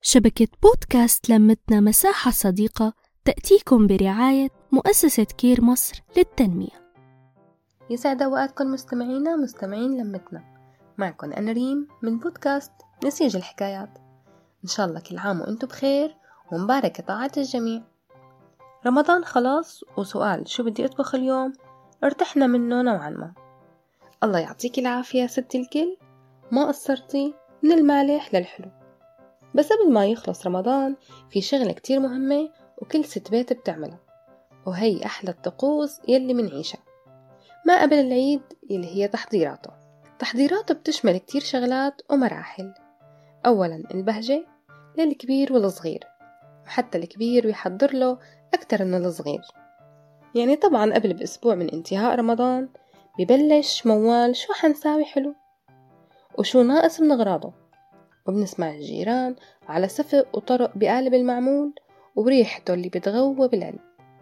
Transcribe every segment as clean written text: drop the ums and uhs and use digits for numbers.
شبكة بودكاست لمتنا مساحة صديقة تأتيكم برعاية مؤسسة كير مصر للتنمية. يسعد أوقاتكم مستمعين لمتنا. معكم أنا ريم من بودكاست نسيج الحكايات. إن شاء الله كل عام وإنتم بخير ومباركة طاعات الجميع. رمضان خلاص، وسؤال شو بدي أطبخ اليوم ارتحنا منه نوعا ما. الله يعطيك العافية ست الكل، ما قصرتي من المالح للحلو. بس قبل ما يخلص رمضان في شغلة كتير مهمة وكل ست بيت بتعملها، وهي أحلى الطقوس يلي منعيشها ما قبل العيد، يلي هي تحضيراته بتشمل كتير شغلات ومراحل. أولا البهجة للكبير والصغير، وحتى الكبير بيحضر له أكتر من الصغير. يعني طبعا قبل بأسبوع من انتهاء رمضان ببلش موال شو حنساوي حلو وشو ناقص من أغراضه، وبنسمع الجيران على صفق وطرق بقالب المعمول وريحته اللي بتغوى بالقلب.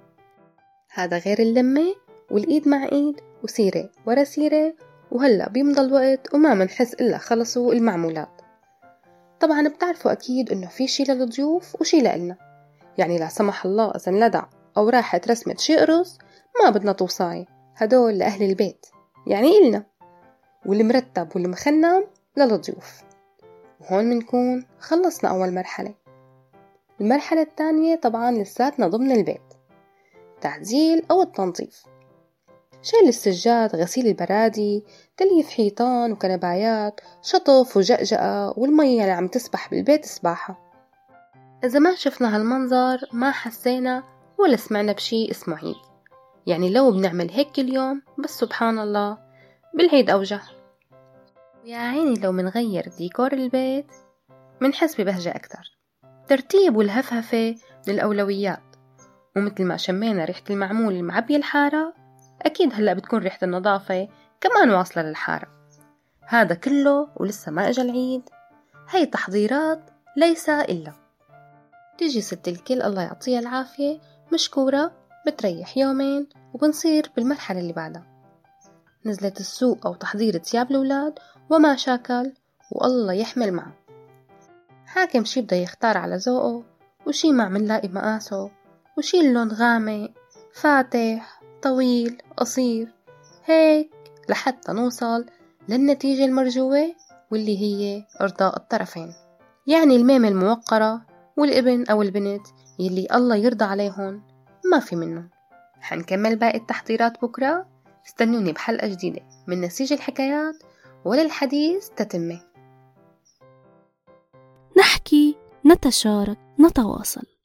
هذا غير اللمة والإيد مع إيد وسيرة ورا سيرة، وهلأ بيمضى الوقت وما منحس إلا خلصوا المعمولات. طبعا بتعرفوا أكيد إنه في شي للضيوف وشي لإلنا، يعني لا سمح الله إذا انلدع أو راحت رسمة شي قرص ما بدنا توصاية، هدول لأهل البيت يعني إلنا، والمرتب والمخنم للضيوف. وهون منكون خلصنا أول مرحلة. المرحلة الثانية طبعا لساتنا ضمن البيت، تعديل أو التنظيف، شيل السجاد، غسيل البرادي، تليف حيطان وكنبايات، شطف وجأجأة، والمية اللي عم تسبح بالبيت سباحة. إذا ما شفنا هالمنظر ما حسينا ولا سمعنا بشي اسمه عيد. يعني لو بنعمل هيك كل يوم بس سبحان الله بالعيد أوجه. ويا عيني لو منغير ديكور البيت منحس ببهجة أكتر. ترتيب والهفهفة من الأولويات، ومثل ما شمينا ريحة المعمول المعبية الحارة، أكيد هلأ بتكون ريحة النظافة كمان واصلة للحارة. هذا كله ولسه ما إجا العيد. هاي تحضيرات ليس إلا. تيجي ست الكل الله يعطيها العافية مشكورة، بتريح يومين وبنصير بالمرحلة اللي بعدها، نزلت السوق أو تحضير ثياب الأولاد وما شاكل، والله يحمل معه. حاكم شي بده يختار على ذوقه، وشي ما منلاقي مقاسه، وشي اللون غامق فاتح طويل قصير، هيك لحتى نوصل للنتيجة المرجوة واللي هي إرضاء الطرفين. يعني الميمة الموقرة والابن أو البنت يلي الله يرضى عليهم ما في منهم. حنكمل باقي التحضيرات بكرة. استنوني بحلقة جديدة من نسيج الحكايات، وللحديث تتمه. نحكي، نتشارك، نتواصل.